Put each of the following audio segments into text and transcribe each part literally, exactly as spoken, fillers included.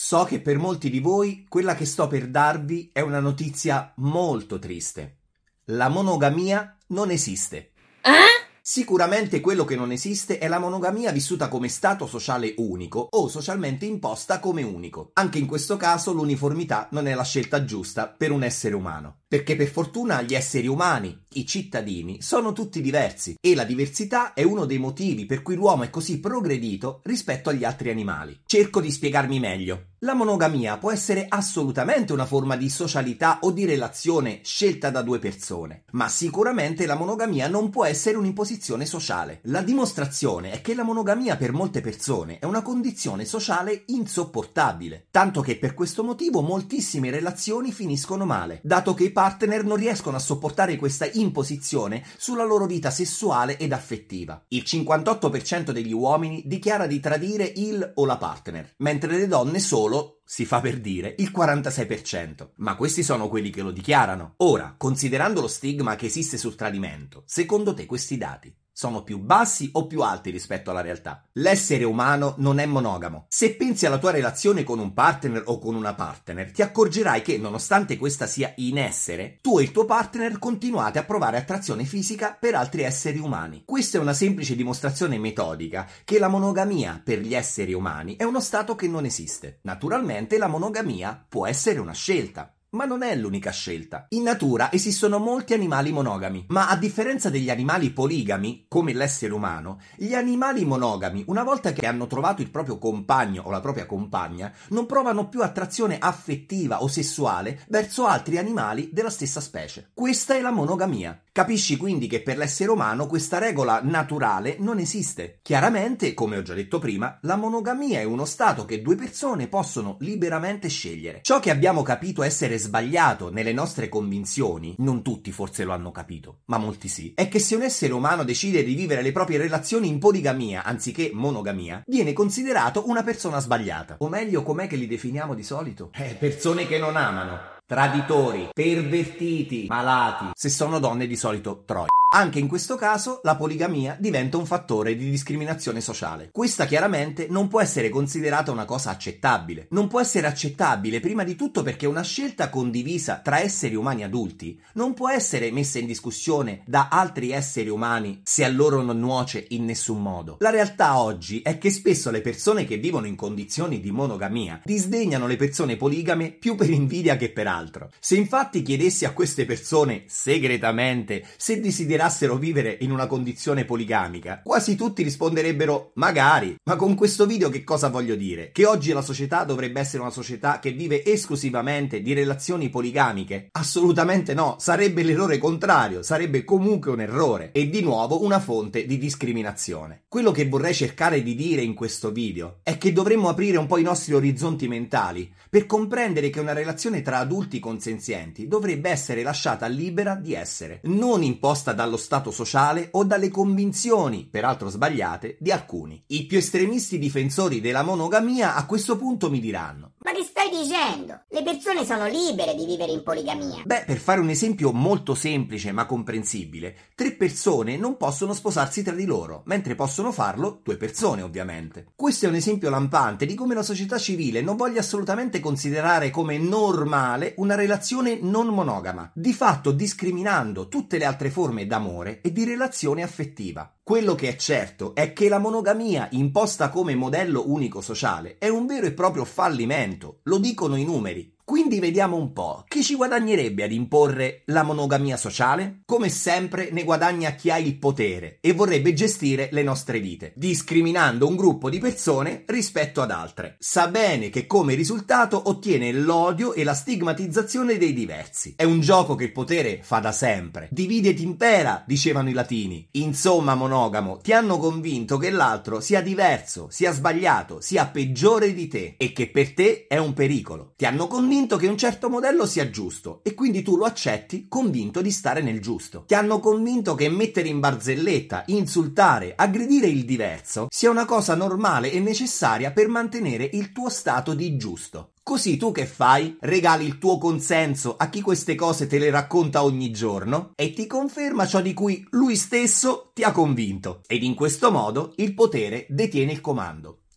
So che per molti di voi quella che sto per darvi è una notizia molto triste. La monogamia non esiste. Eh? Sicuramente quello che non esiste è la monogamia vissuta come stato sociale unico o socialmente imposta come unico. Anche in questo caso l'uniformità non è la scelta giusta per un essere umano. Perché per fortuna gli esseri umani, i cittadini, sono tutti diversi e la diversità è uno dei motivi per cui l'uomo è così progredito rispetto agli altri animali. Cerco di spiegarmi meglio. La monogamia può essere assolutamente una forma di socialità o di relazione scelta da due persone, ma sicuramente la monogamia non può essere un'imposizione sociale. La dimostrazione è che la monogamia per molte persone è una condizione sociale insopportabile, tanto che per questo motivo moltissime relazioni finiscono male, dato che i partner non riescono a sopportare questa imposizione sulla loro vita sessuale ed affettiva. Il cinquantotto per cento degli uomini dichiara di tradire il o la partner, mentre le donne solo, si fa per dire, il quarantasei per cento. Ma questi sono quelli che lo dichiarano. Ora, considerando lo stigma che esiste sul tradimento, secondo te questi dati sono più bassi o più alti rispetto alla realtà? L'essere umano non è monogamo. Se pensi alla tua relazione con un partner o con una partner, ti accorgerai che, nonostante questa sia in essere, tu e il tuo partner continuate a provare attrazione fisica per altri esseri umani. Questa è una semplice dimostrazione metodica che la monogamia per gli esseri umani è uno stato che non esiste. Naturalmente la monogamia può essere una scelta. Ma non è l'unica scelta. In natura esistono molti animali monogami, ma a differenza degli animali poligami, come l'essere umano, gli animali monogami, una volta che hanno trovato il proprio compagno o la propria compagna, non provano più attrazione affettiva o sessuale verso altri animali della stessa specie. Questa è la monogamia. Capisci quindi che per l'essere umano questa regola naturale non esiste. Chiaramente, come ho già detto prima, la monogamia è uno stato che due persone possono liberamente scegliere. Ciò che abbiamo capito essere sbagliato nelle nostre convinzioni, non tutti forse lo hanno capito, ma molti sì, è che se un essere umano decide di vivere le proprie relazioni in poligamia anziché monogamia, viene considerato una persona sbagliata. O meglio, com'è che li definiamo di solito? Eh, persone che non amano. Traditori, pervertiti, malati. Se sono donne di solito troie. Anche in questo caso la poligamia diventa un fattore di discriminazione sociale. Questa chiaramente non può essere considerata una cosa accettabile. Non può essere accettabile prima di tutto perché una scelta condivisa tra esseri umani adulti non può essere messa in discussione da altri esseri umani se a loro non nuoce in nessun modo. La realtà oggi è che spesso le persone che vivono in condizioni di monogamia disdegnano le persone poligame più per invidia che per altro. Se infatti chiedessi a queste persone segretamente se desiderassero vivere in una condizione poligamica, quasi tutti risponderebbero magari. Ma con questo video che cosa voglio dire? Che oggi la società dovrebbe essere una società che vive esclusivamente di relazioni poligamiche? Assolutamente no, sarebbe l'errore contrario, sarebbe comunque un errore e di nuovo una fonte di discriminazione. Quello che vorrei cercare di dire in questo video è che dovremmo aprire un po' i nostri orizzonti mentali per comprendere che una relazione tra adulti consenzienti dovrebbe essere lasciata libera di essere, non imposta dallo stato sociale o dalle convinzioni, peraltro sbagliate, di alcuni. I più estremisti difensori della monogamia a questo punto mi diranno: ma che stai dicendo? Le persone sono libere di vivere in poligamia. Beh, per fare un esempio molto semplice ma comprensibile, tre persone non possono sposarsi tra di loro, mentre possono farlo due persone, ovviamente. Questo è un esempio lampante di come la società civile non voglia assolutamente considerare come normale una relazione non monogama, di fatto discriminando tutte le altre forme d'amore e di relazione affettiva. Quello che è certo è che la monogamia imposta come modello unico sociale è un vero e proprio fallimento, lo dicono i numeri. Quindi vediamo un po', chi ci guadagnerebbe ad imporre la monogamia sociale? Come sempre ne guadagna chi ha il potere e vorrebbe gestire le nostre vite, discriminando un gruppo di persone rispetto ad altre. Sa bene che come risultato ottiene l'odio e la stigmatizzazione dei diversi. È un gioco che il potere fa da sempre. Divide et impera, dicevano i latini. Insomma, monogamo, ti hanno convinto che l'altro sia diverso, sia sbagliato, sia peggiore di te e che per te è un pericolo. Ti hanno convinto che un certo modello sia giusto e quindi tu lo accetti convinto di stare nel giusto. Ti hanno convinto che mettere in barzelletta, insultare, aggredire il diverso sia una cosa normale e necessaria per mantenere il tuo stato di giusto. Così tu che fai? Regali il tuo consenso a chi queste cose te le racconta ogni giorno e ti conferma ciò di cui lui stesso ti ha convinto. Ed in questo modo il potere detiene il comando.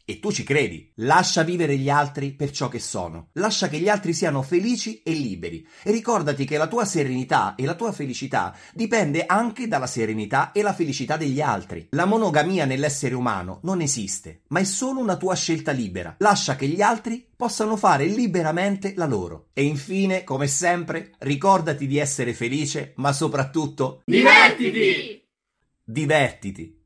E tu ci credi. Lascia vivere gli altri per ciò che sono. Lascia che gli altri siano felici e liberi. E ricordati che la tua serenità e la tua felicità dipende anche dalla serenità e la felicità degli altri. La monogamia nell'essere umano non esiste, ma è solo una tua scelta libera. Lascia che gli altri possano fare liberamente la loro. E infine, come sempre, ricordati di essere felice, ma soprattutto divertiti! Divertiti!